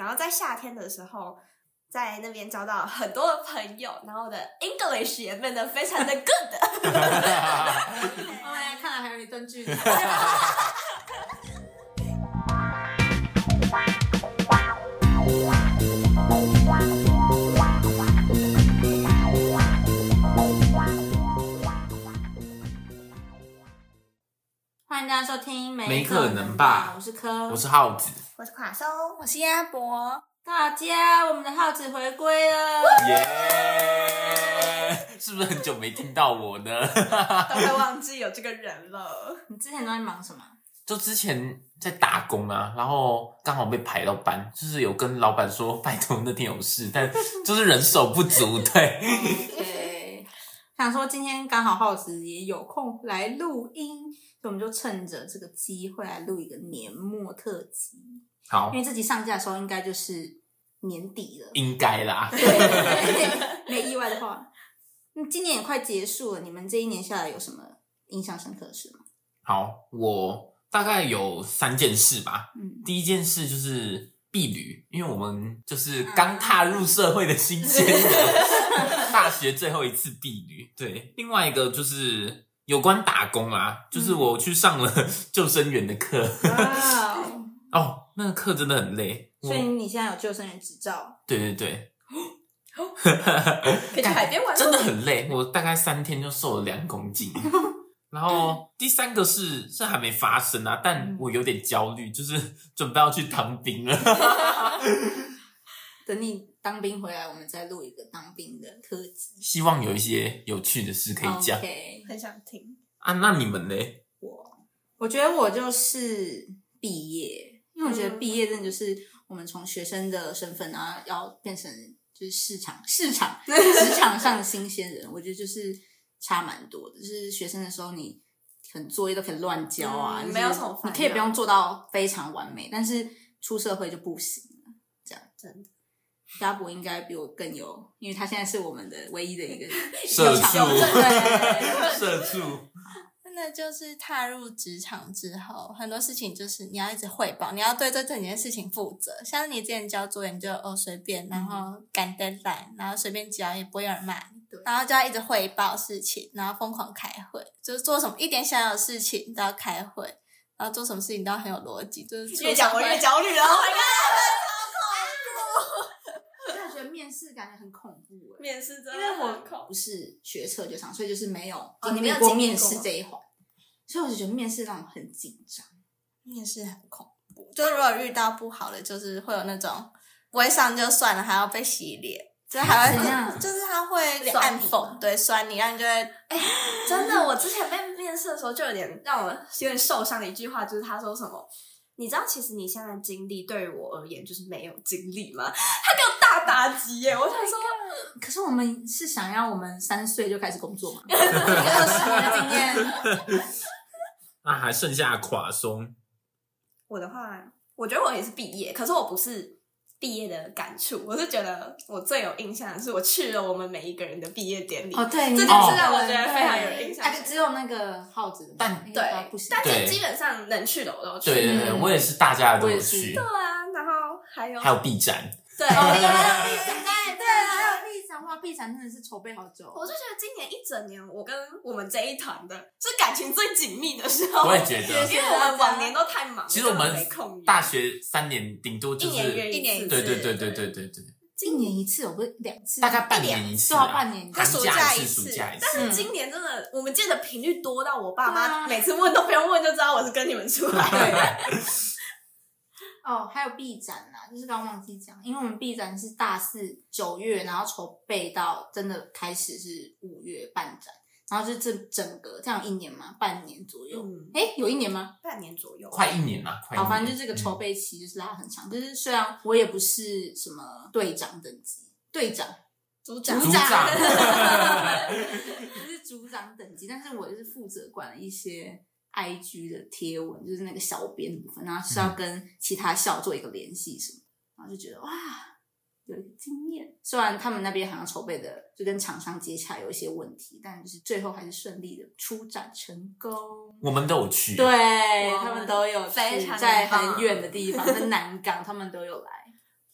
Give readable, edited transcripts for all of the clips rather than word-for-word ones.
然后在夏天的时候，在那边交到了很多的朋友，然后我的 English 也变得非常的 good。 哦呀，看来还有一段距离。欢迎大家收听没可能吧， 我是柯， 我是耗子， 我是垮松， 我是鸭脖。 大家，我们的耗子回归了， 耶！是不是很久没听到我呢？ 都会忘记有这个人了。 你之前都在忙什么？ 就之前在打工啊，然后刚好被排到班，就是有跟老板说拜托那天有事，但就是人手不足，对。 对，想说今天刚好耗子也有空来录音，所以我们就趁着这个机会来录一个年末特辑。 好因，为这集上架的时候应该就是年底了， 应该啦。 对，没意外的话，今年也快结束了，你们这一年下来有什么印象深刻的事吗？ 好，我大概有3件事吧。第一件事就是毕旅，因为我们就是刚踏入社会的新鲜人，大学最后一次毕旅。对，另外一个就是有关打工啊，就是我去上了救生员的课。 哇哦，那个课真的很累。 所以你现在有救生员执照？ 对对对， 可以去海边玩， 真的很累。我大概3天就瘦了2公斤。然后第3个是还没发生啊，但我有点焦虑，就是准备要去当兵了。 等你当兵回来，我们再录一个当兵的特辑。 希望有一些有趣的事可以讲。 Okay. 很想听啊，那你们呢？ 我觉得我就是毕业，因为我觉得毕业真的就是我们从学生的身份，然后要变成就是职场上的新鲜人，我觉得就是差蛮多的。就是学生的时候，你可能作业都可以乱交啊， 没有什么烦恼， 你可以不用做到非常完美，但是出社会就不行了。这样真的， 鸭脖应该比我更有，因为他现在是我们的唯一的一个社畜， 对， 社畜。 真的就是踏入职场之后，很多事情就是你要一直汇报，你要对这整件事情负责。像你之前交作业，你就随便，然后赶 deadline，然后随便交也不会有人骂你，然后就要一直汇报事情，然后疯狂开会，就是做什么一点小小的事情都要开会，然后做什么事情都要很有逻辑，就是越讲我越焦虑了。Oh my god！ 我觉得面试感觉很恐怖耶， 面试真的因为我很恐怖不是学测就上，所以就是没有你没有过经历过面试这一环，所以我就觉得面试让我很紧张。 面试很恐怖，就是如果遇到不好的，就是会有那种不会上就算了，还要被洗脸，就是还会怎样就是他会暗讽，对，酸你，然后你就会真的，我之前被面试的时候就有点让我有点受伤的一句话，就是他说什么，你知道其实你现在的经历对于我而言就是没有经历吗？他给我大打击耶！我想说， 可是我们是想要我们3岁就开始工作嘛，20年的经验。 那还剩下垮松。 我的话，我觉得我也是毕业，可是我不是毕业的感触，我是觉得我最有印象的是我去了我们每一个人的毕业典礼。 哦，对， 这件事让我觉得非常有印象。 只有那个耗子的， 但对， 不行， 但是基本上能去的我都去。 对对对，我也是，大家都有去。 对啊，然后还有 B 展。 对， 还有 B 展，哇 ，B 展真的是筹备好久。 我就觉得今年一整年，我跟我们这一团的是感情最紧密的时候。 我也觉得， 因为我们往年都太忙了， 其实我们没空大学3年顶多就是一年一次， 对对对对对对对， 1年1次，我不是2次， 大概半年1次， 对啊，半年， 寒暑假一次， 暑假一次。 但是今年真的，我们见的频率多到我爸妈每次问都不用问就知道我是跟你们出来的。 哦，还有 B 展啦，就是刚忘记讲，因为我们 B 展是大4 9月，然后筹备到真的开始是5月办展，然后就这整个这样1年嘛，半年左右。有1年吗？ 半年左右， 快1年啦，快1年。 好，反正就这个筹备期就是拉很长。就是虽然我也不是什么队长等级，队长、 组长， 不是组长等级，但是我就是负责管了一些IG 的贴文，就是那个小编部分，然后是要跟其他校做一个联系什么，然后就觉得哇，有一个经验。虽然他们那边好像筹备的就跟厂商接洽有一些问题，但就是最后还是顺利的出展成功。 我们都有去， 对，他们都有去， 非常在很远的地方，在南港，他们都有来。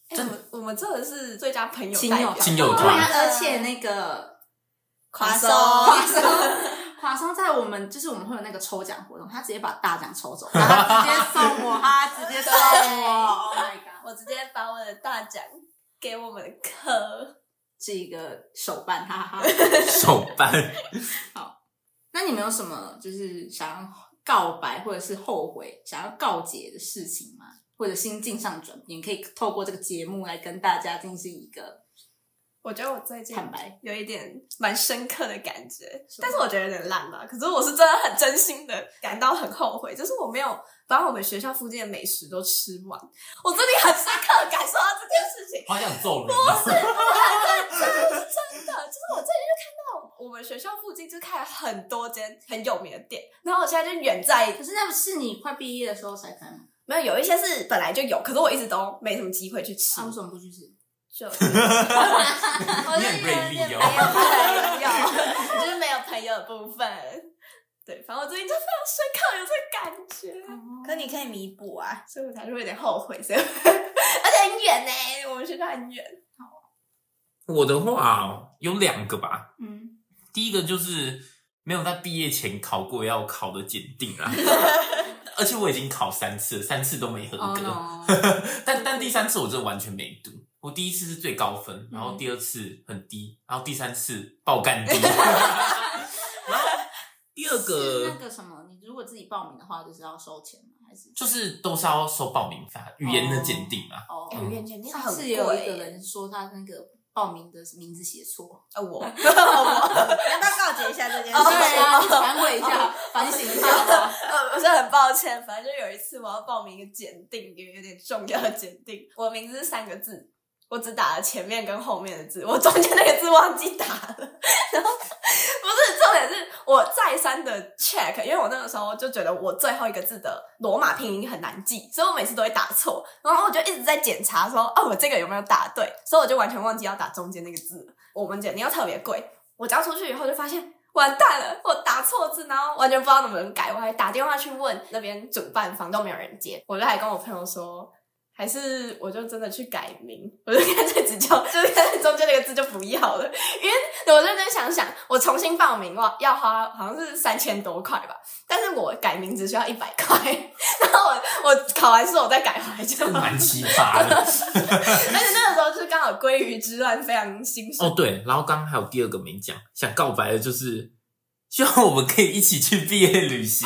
我们真的是最佳朋友亲友代表， 亲友对团啊，而且那个夸松华松在我们就是我们会有那个抽奖活动，他直接把大奖抽走，然后他直接送我，他直接送我 ，Oh my god！ 我直接把我的大奖给我们的科， 是一个手办，哈哈。 手办。 那你们有什么就是想要告白或者是后悔想要告解的事情吗？或者心境上转变，可以透过这个节目来跟大家进行一个我觉得我最近坦白， 有一点蛮深刻的感觉，但是我觉得有点烂吧。可是我是真的很真心的感到很后悔，就是我没有把我们学校附近的美食都吃完。我最近很深刻的感受到这件事情， 好想揍人、 真的，就是我最近就看到我们学校附近就开了很多间很有名的店，然后我现在就远在， 可是那不是你快毕业的时候才开吗？ 没有一些是本来就有，可是我一直都没什么机会去吃。 为什么不去吃？ 就我你很锐利哦没有朋友，就是没有朋友的部分。对，反正我最近就非常深刻有这个感觉， 可你可以弥补啊。 所以我才会有点后悔，所以而且很远呢，我们学校很远。 我的话有2个吧， 嗯， 第一个就是没有在毕业前考过要考的检定啦，而且我已经考3次了，3次都没合格。 no. 但第3次我真的完全没读。我第1次是最高分，然后第2次很低，然后第3次爆干低。然后第2 是个那个什么，你如果自己报名的话，就是要收钱吗？还是就是都是要收报名费，语言的检定嘛。 哦， 语言检定上很次有一个贵， 人说他那个报名的名字写错， 我要不要告解一下这件事？ 对啊，忏悔一下，反省一下吧。 我是很抱歉，反正就有一次我要报名一个检定，一个有点重要的检定，我的名字是3个字。我只打了前面跟后面的字，我中间那个字忘记打了。然后不是重点是我再三的 check， 因为我那个时候就觉得我最后一个字的罗马拼音很难记，所以我每次都会打错。然后我就一直在检查说，我这个有没有打对，所以我就完全忘记要打中间那个字了。我们检定又特别贵，我交出去以后就发现完蛋了，我打错字，然后完全不知道能不能改，我还打电话去问那边主办方，都没有人接。我就还跟我朋友说，还是我就真的去改名，我就干脆就是干脆中间那个字就不要了，因为我认真想，我重新报名要花好像是3000多块吧，但是我改名只需要100块，然后我考完试我再改回来就好， 蛮奇葩的。 而且那个时候就是刚好鲑鱼之乱非常兴盛。 哦，对，然后刚刚还有第2个没讲，想告白的就是希望我们可以一起去毕业旅行。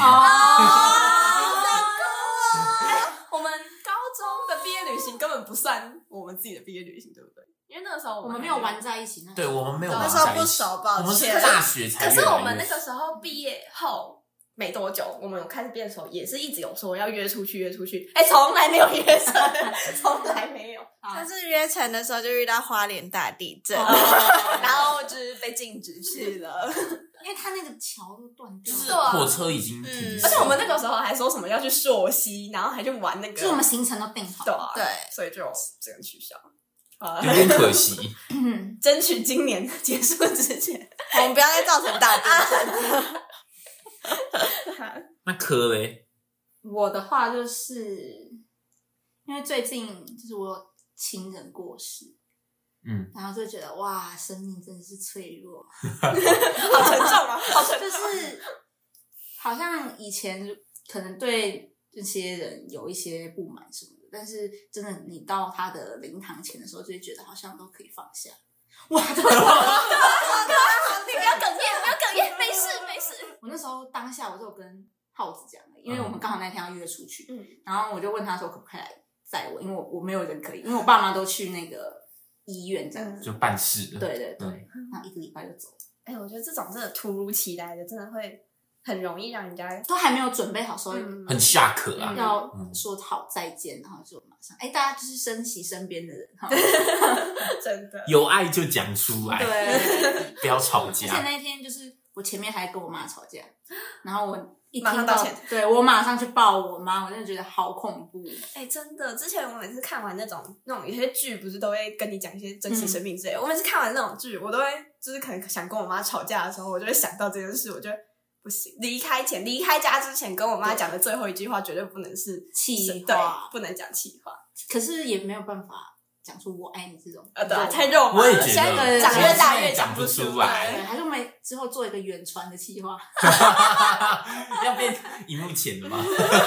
我们高中的毕业旅行根本不算我们自己的毕业旅行，对不对？因为那个时候我们没有玩在一起， 对，我们没有玩那时候在一起， 不熟，抱我们是歉。 大学才越来越熟。 可是我们那个时候毕业后没多久，我们有开始变熟，也是一直有说要约出去，从来没有约成，从来没有。 但是约成的时候就遇到花莲大地震， 然后就是被禁止去了， 因为他那个桥都断掉就是了， 火车已经停驶而且我们那个时候还说什么要去溯溪，然后还去玩那个， 就是我们行程都定好， 对啊， 对， 所以就只能取消。 有点可惜。 争取今年结束之前， 我们不要再造成大地震。 那科嘞？ 我的话就是因为最近就是我有亲人过世，然后就觉得哇，生命真的是脆弱， 好沉重啊，好沉就重。 是好像以前可能对这些人有一些不满什么的，但是真的你到他的灵堂前的时候，就会觉得好像都可以放下。哇！ 你不要哽咽，没事。 我那时候当下我就跟浩子讲了，因为我们刚好那天要约出去， 嗯， 然后我就问他说可不可以来载我，因为我没有人可以，因为我爸妈都去那个医院这样子。 就办事了。 对，然后1个礼拜就走了， 我觉得这种真的突如其来的，真的会很容易让人家都还没有准备好，所以很下课啊。 要说好再见，然后就马上大家就是珍惜身边的人哈。 真的有爱就讲出来， 对， 不要吵而且架。 那一天就是我前面还跟我妈吵架，然后我一马听到上道歉， 对我马上去抱我妈，我真的觉得好恐怖。 真的，之前我每次看完那种有些剧，不是都会跟你讲一些珍惜生命之类的。我每次看完那种剧，我都会就是可能想跟我妈吵架的时候，我就会想到这件事，我觉得不行。离开家之前，跟我妈讲的最后一句话，绝对不能是气对话， 不能讲气话。 可是也没有办法讲出我爱你这种。 对啊，太肉麻了。 我也觉得现在长越大越讲不出出来对，还是我们之后做一个远传的企划。 要变荧幕前了吗？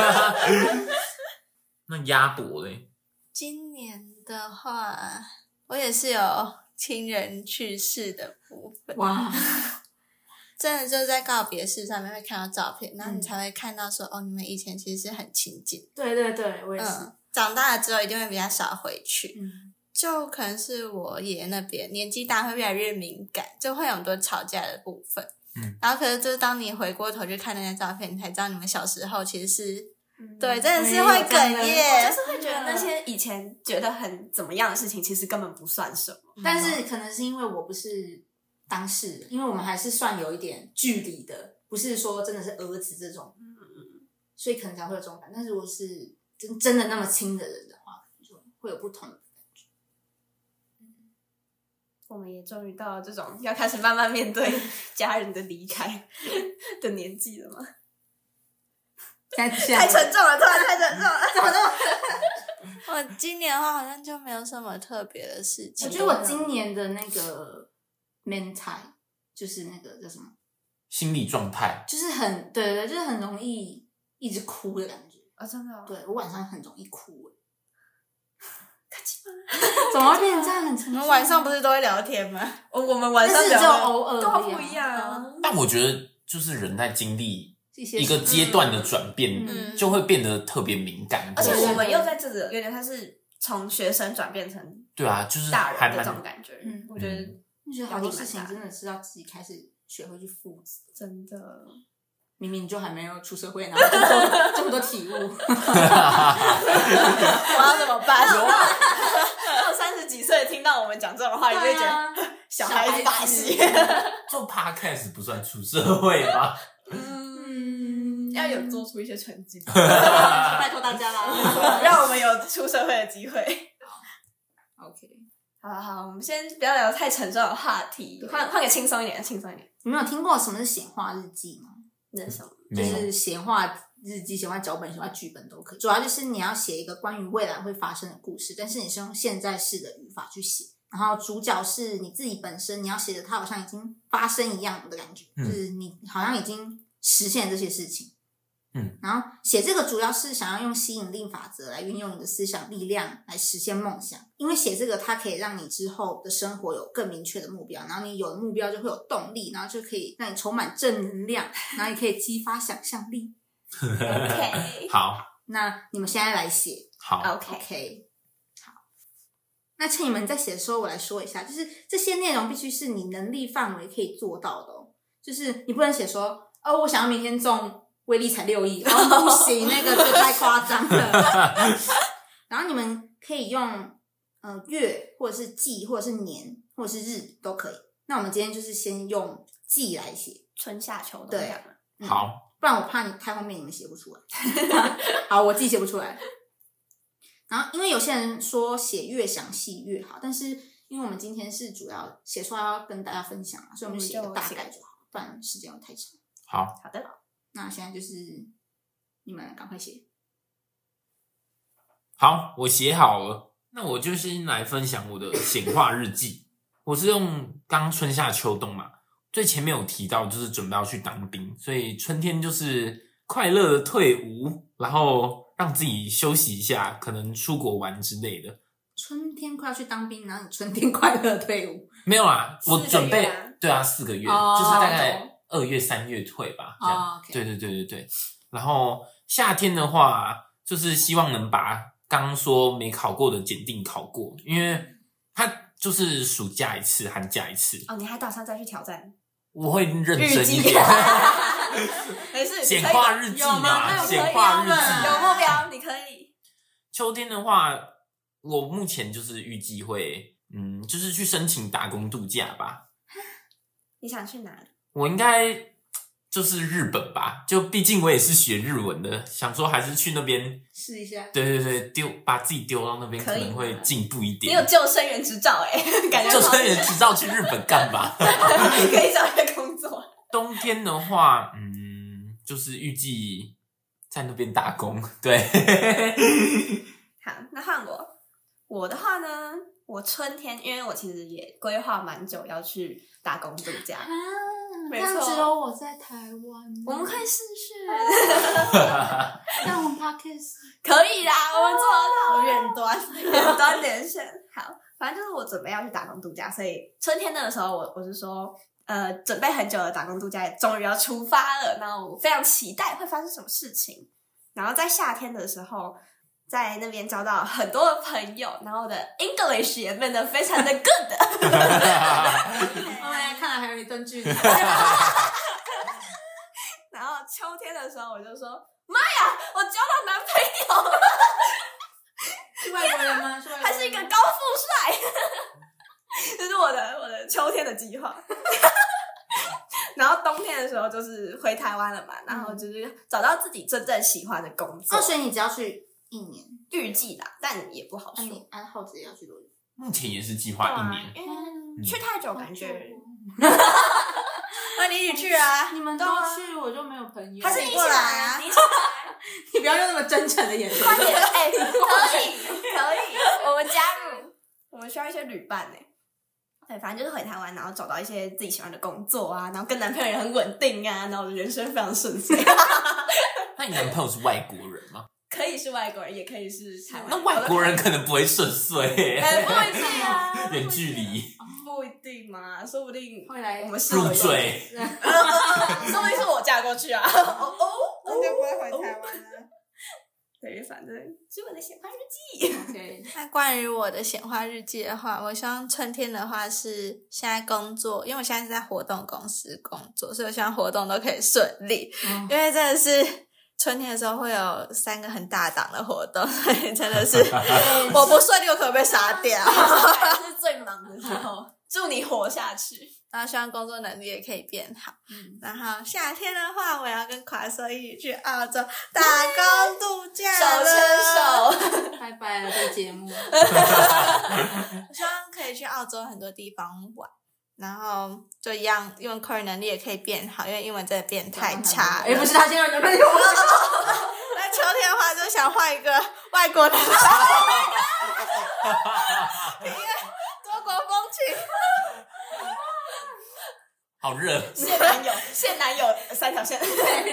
那鸭脖嘞？ 今年的话，我也是有亲人去世的部分。 哇， 真的就是在告别式上面会看到照片，然后你才会看到说，你们以前其实是很亲近。 对对对，我也是。 长大了之后一定会比较少回去。 就可能是我爷爷那边年纪大会越来越敏感，就会有很多吵架的部分。然后可是就是当你回过头去看那些照片，你才知道你们小时候其实是，对，真的是会哽咽， 就是会觉得那些以前觉得很怎么样的事情，其实根本不算什么。 但是可能是因为我不是当事人，因为我们还是算有一点距离的，不是说真的是儿子这种，所以可能才会有这种感。但是如果是真的那么亲的人的话，就会有不同的感觉。 我们也终于到了这种要开始慢慢面对家人的离开的年纪了吗？ 太沉重了，突然太沉重了，怎么那么？ 我今年的话好像就没有什么特别的事情。 我觉得我今年的那个 mental 就是那个叫什么心理状态， 就是很对，就是很容易一直哭的感觉。 真的哦。 对，我晚上很容易哭。怎么会变成这样？很沉重。 我们晚上不是都会聊天吗？ 我们晚上但是只有偶尔都不一样。 但我觉得就是人在经历一个阶段的转变，就会变得特别敏感。 而且我们又在这个有点像是从学生转变成对啊，就是大人的这种感觉。我觉得好多事情真的是要自己开始学会去负责。 真的， 明明就还没有出社会，然后这么多体悟，我要怎么办？有30几岁听到我们讲这种话，你会觉得小孩子把戏。 做 podcast 不算出社会吗？ 要有做出一些成绩， 拜托大家啦， 让我们有出社会的机会。 OK， 好，我们先不要聊太沉重的话题，换个轻松一点。 你们有听过什么是显化日记吗？ 那是什么？ 就是显化日记、显化脚本、显化剧本都可以。主要就是你要写一个关于未来会发生的故事，但是你是用现在式的语法去写。然后主角是你自己本身，你要写的它好像已经发生一样的感觉，就是你好像已经实现这些事情。然后写这个主要是想要用吸引力法则来运用你的思想力量来实现梦想，因为写这个它可以让你之后的生活有更明确的目标，然后你有目标就会有动力，然后就可以让你充满正能量，然后也可以激发想象力。 OK， 好， 那你们现在来写。 好 OK， 好。那趁你们在写的时候，我来说一下，就是这些内容必须是你能力范围可以做到的哦，就是你不能写说我想要明天中威力才6亿，不行，那个就太夸张了。然后你们可以用月或者是季或者是年或者是日都可以。那我们今天就是先用季来写， 春夏秋冬。 对， 好， 不然我怕你太后面你们写不出来。好，我自己写不出来。然后因为有些人说写越详细越好，但是因为我们今天是主要写出来要跟大家分享嘛，所以我们写个大概就好，不然时间会太长。 好的。 那现在就是你们赶快写。 好，我写好了。那我就先来分享我的显化日记。我是用刚春夏秋冬嘛，最前面有提到就是准备要去当兵，所以春天就是快乐的退伍，然后让自己休息一下，可能出国玩之类的。 春天快要去当兵，然后你春天快乐退伍？ 没有啦，我准备对啊4个月，就是大概2月3月退吧，这样。 okay. 对。然后夏天的话，就是希望能把刚说没考过的检定考过，因为它就是暑假一次，寒假一次。 你还打算再去挑战？ 我会认真一点。 没事， 显化日记嘛，显化日记有目标，你可以。 秋天的话，我目前就是预计会，就是去申请打工度假吧。 你想去哪里？ 我应该就是日本吧，就毕竟我也是学日文的，想说还是去那边试一下。 对，把自己丢到那边可能会进步一点。 你有救生员执照感觉救生员执照去日本干嘛？ 可以找一个工作。 冬天的话，就是预计在那边打工。对。 好，那换我。 我的话呢，我春天，因为我其实也规划蛮久要去打工度假，没错， 这样只有我在台湾， 我们可以试试， 但我们 podcast 可以啦，我们做得到， 远端远端连线。好，反正就是我准备要去打工度假，所以春天那个时候我是说，准备很久的打工度假也终于要出发了，然后我非常期待会发生什么事情。然后在夏天的时候，在那边交到很多的朋友，然后我的 English 也变得非常的 good。 我们看来还有一段距离。 然后秋天的时候，我就说：“妈呀，我交到男朋友了！” 是外国人吗？是外国人吗？ 还是一个高富帅，这是我的秋天的计划。然后冬天的时候就是回台湾了嘛，然后就是找到自己真正喜欢的工作。 所以你只要去1年， 预计啦，但也不好说。 你安浩子也要去多久？ 目前也是计划1年， 因为去太久感觉。 那你一起去啊！ 你们都去，我就没有朋友。 还是你一起过来来啊你一起来， 你不要用那么真诚的眼神。 快点！哎，可以，我们加入。我们需要一些旅伴哎。对，反正就是回台湾，然后找到一些自己喜欢的工作啊，然后跟男朋友也很稳定啊，然后我的人生非常顺遂。 那你男朋友是外国人吗？ 可以是外国人，也可以是台湾。 那外国人可能不会顺遂， 不一定啊， 远距离不一定嘛，说不定会来我们是入赘， 说不定是我嫁过去啊。 那就不会回台湾了。 对，反正是我的显化日记。 OK， 那关于我的显化日记的话，我希望春天的话是现在工作，因为我现在是在活动公司工作，所以我希望活动都可以顺利。因为真的是春天的时候会有3个很大档的活动，所以真的是我不顺利，我可能被杀掉。 是最忙的时候，祝你活下去。 然后希望工作能力也可以变好。然后夏天的话，我要跟垮叔一起去澳洲打工度假手牵手， 拜拜了这个节目。 我希望可以去澳洲很多地方玩，然后就一样，英文口语能力也可以变好，因为英文真的变太差了。 不是他现在就跟你说。 那秋天的话，就想换一个外国男生，多国风情。 好热， 现男友3条线。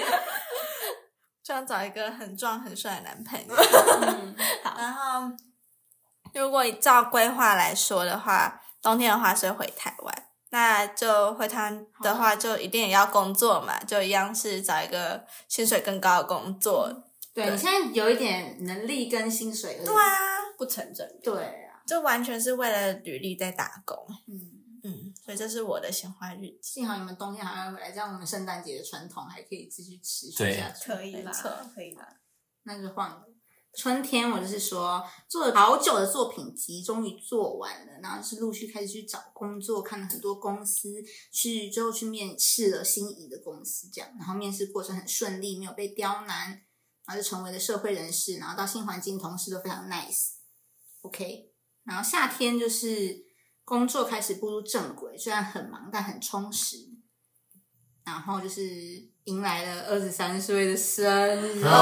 想找一个很壮很帅的男朋友。好，然后如果照规划来说的话，冬天的话是会回台湾，那就回台湾的话就一定也要工作嘛，就一样是找一个薪水更高的工作。 对，你现在有一点能力跟薪水而已。 对啊， 不成正比。 对啊， 就完全是为了履历在打工。所以这是我的显化日记。 幸好你们冬天还会回来，这样我们圣诞节的传统还可以继续持续下去。 可以啦没错， 可以啦。 那就换了。春天我就是说做了好久的作品集终于做完了，然后就是陆续开始去找工作，看了很多公司，最后去面试了心仪的公司这样，然后面试过程很顺利，没有被刁难，然后就成为了社会人士，然后到新环境同事都非常 nice。OK， 然后夏天就是工作开始步入正轨，虽然很忙但很充实，然后就是迎来了23岁的生日，已经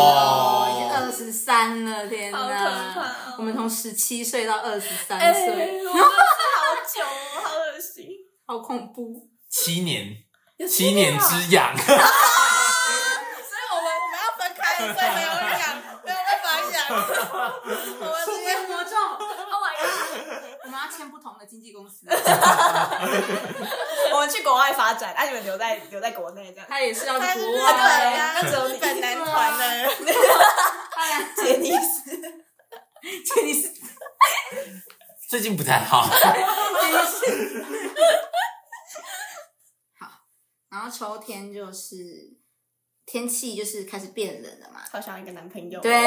23了，天哪！ 好可怕哦我们从17岁到23岁， 我真的是好久哦，好恶心。 好恐怖。 7年，7年之痒。 所以我们要分开了，所以没有养，没有办法养。我们除非魔咒 Oh my god！ 我们要签不同的经纪公司。 我们去国外发展，你们留在国内这样。 他也是要去国对外， 啊，那只有日本男团的人。 杰尼斯， 杰尼斯， 最近不太好。 好，然后秋天就是天气就是开始变冷了嘛， 好想要一个男朋友。 对，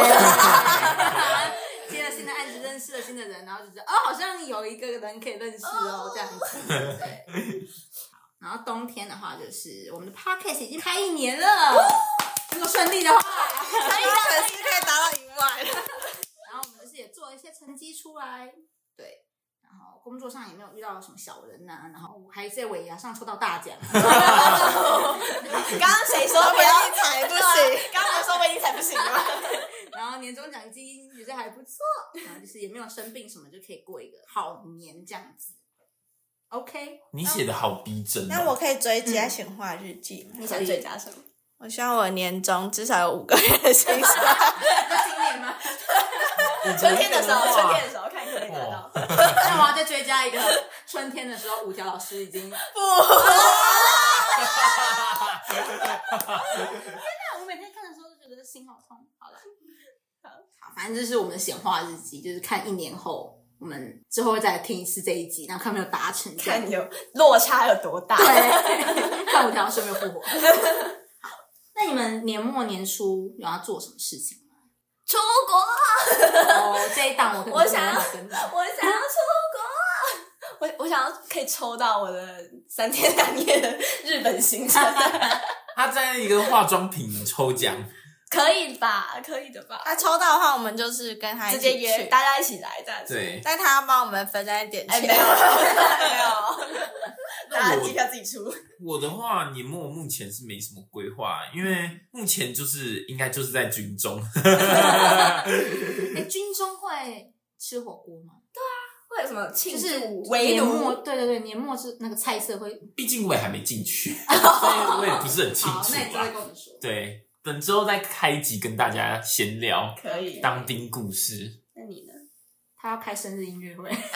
接了新的案子，认识了新的人，然后就觉得好像有一个人可以认识这样子。对。然后冬天的话，就是我们的 podcast 已经开1年了，如果顺利的话， 可以达到1万。 然后我们就是也做了一些成绩出来，对。然后工作上也没有遇到什么小人呐、然后我还在尾牙上抽到大奖。 刚刚谁说不要威力彩不行？ 刚刚说威力彩不行吗？ 然后年终奖金也是还不错，然后就是也没有生病什么，就可以过一个好年这样子。OK， 你写的好逼真、 那我可以追加显化日记吗？ 你想追加什么？ 我希望我的年终至少有5个月的薪水。 那今年吗？ 春天的时候看可以拿到。 那我要再追加一个，春天的时候，5条老师已经不。天哪！我每天看的时候都觉得心好痛。好了，好，反正这是我们的显化日记，就是看1年后。我们之后会再来听一次这一集，然后看有没有达成， 看有落差有多大。 对，看5条是没有复活。好，那你们年末年初有要做什么事情吗？ 出国。 这一档我想要出国。我想要可以抽到我的3天2夜的日本行程。 他在一个化妆品抽奖。 可以吧？可以的吧？ 他抽到的话，我们就是跟他直接约大家一起来这样子。 对， 但他要帮我们分担一点钱。 没有，大家机票自己出。 我的话，年末目前是没什么规划，因为目前应该就是在军中。 军中会吃火锅吗？ 对啊，会有什么庆祝围炉？ 对，年末是那个菜色会。 毕竟我也还没进去，所以我也不是很清楚。 好，那你再跟我们说。 对。等之后再开集跟大家闲聊， 可以当兵故事。 那你呢？ 他要开生日音乐会，我已经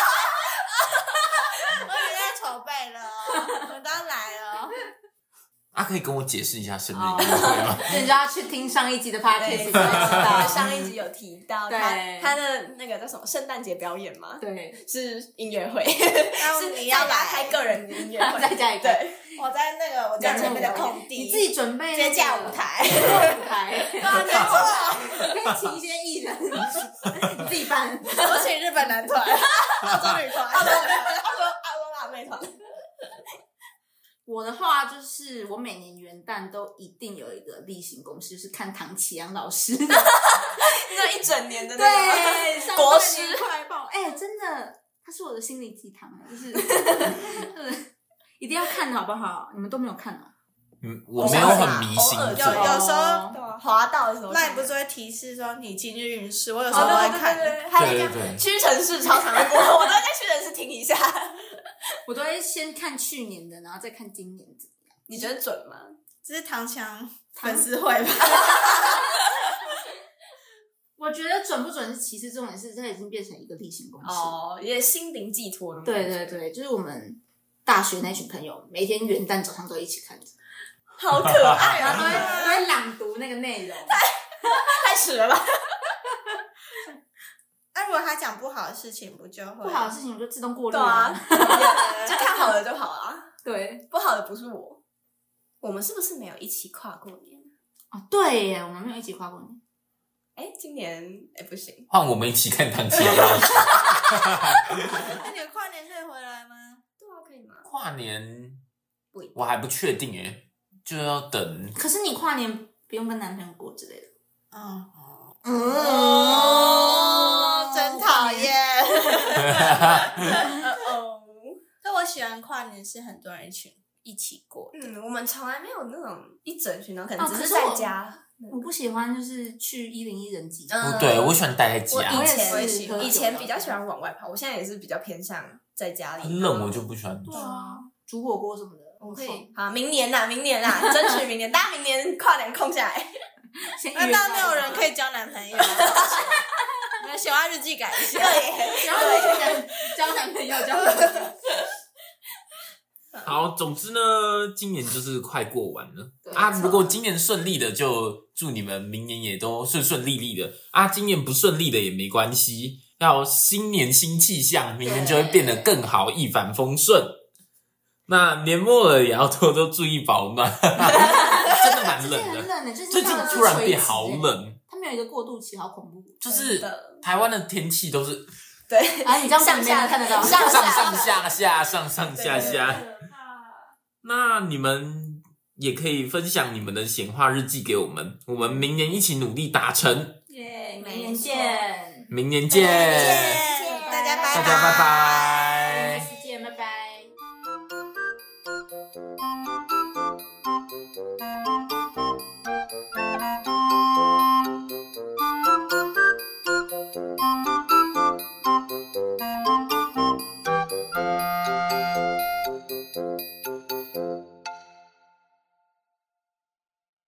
在筹备了，我都要来了。 可以跟我解释一下生日音乐会吗？ 你就要去听上一集的 podcast， 上一集有提到他的那个叫什么圣诞节表演吗？ 对， 是音乐会， 是你要来开个人的音乐会， 在家里对。 我在我家准备的空地， 你自己准备接架舞台， 对啊，没错，可以请一些艺人，你自己办。 我请日本男团、澳洲女团、澳洲辣妹团。 我的话就是我每年元旦都一定有一个例行公事，就是看唐启阳老师那一整年的那个国师快报，真的，他是我的心灵鸡汤，就是一定要看好不好？你们都没有看哦。 我没有很迷信， 有时候滑到的时候， 那你不是会提示说你今日运势？我有时候都会看， 还有屈臣氏超常的播，我都会在屈臣氏听一下。 我都会先看去年的，然后再看今年怎么样。 你觉得准吗？ 这是唐强粉丝会吧？ 我觉得准不准是其次，重点是它已经变成一个例行公事也心灵寄托了。 对，就是我们大学那群朋友，每天元旦早上都一起看着， 好可爱然后都会朗读那个内容， 太耻了吧？ 那如果他讲不好的事情，不就会不好的事情我就自动过滤啊？就看好了就好啊。 对， 不好的不是我。我们是不是没有一起跨过年？ 对耶，我们没有一起跨过年。 今年不行， 换我们一起看唐启阳老师。 那你们跨年可以回来吗？ 对啊，可以吗？ 跨年我还不确定就要等。 可是你跨年不用跟男朋友过之类的。 真讨厌。但我喜欢跨年是很多人一起过的。 我们从来没有那种一整群，然后可能只是在家。 我不喜欢就是去101人集。 对，我喜欢待在家。 我以前比较喜欢往外跑，我现在也是比较偏向在家里。 很冷，我就不喜欢。 对啊，煮火锅什么的。 我可以。好，明年啦，争取明年，大家明年跨年空下来。 那当然没有人可以交男朋友。你们写完日记改一下。 对，然后交男朋友，交男朋友。 好，总之呢，今年就是快过完了如果今年顺利的，就祝你们明年也都顺顺利利的今年不顺利的也没关系，要新年新气象，明年就会变得更好，一帆风顺。那年末了也要多多注意保暖，真的蛮冷的， 很冷最近突然变好冷， 它没有一个过渡期，好恐怖。 就是台湾的天气都是对你这样上下看得到， 上下。那你们也可以分享你们的显化日记给我们，我们明年一起努力达成。 明年见， 明年见， 大家拜拜。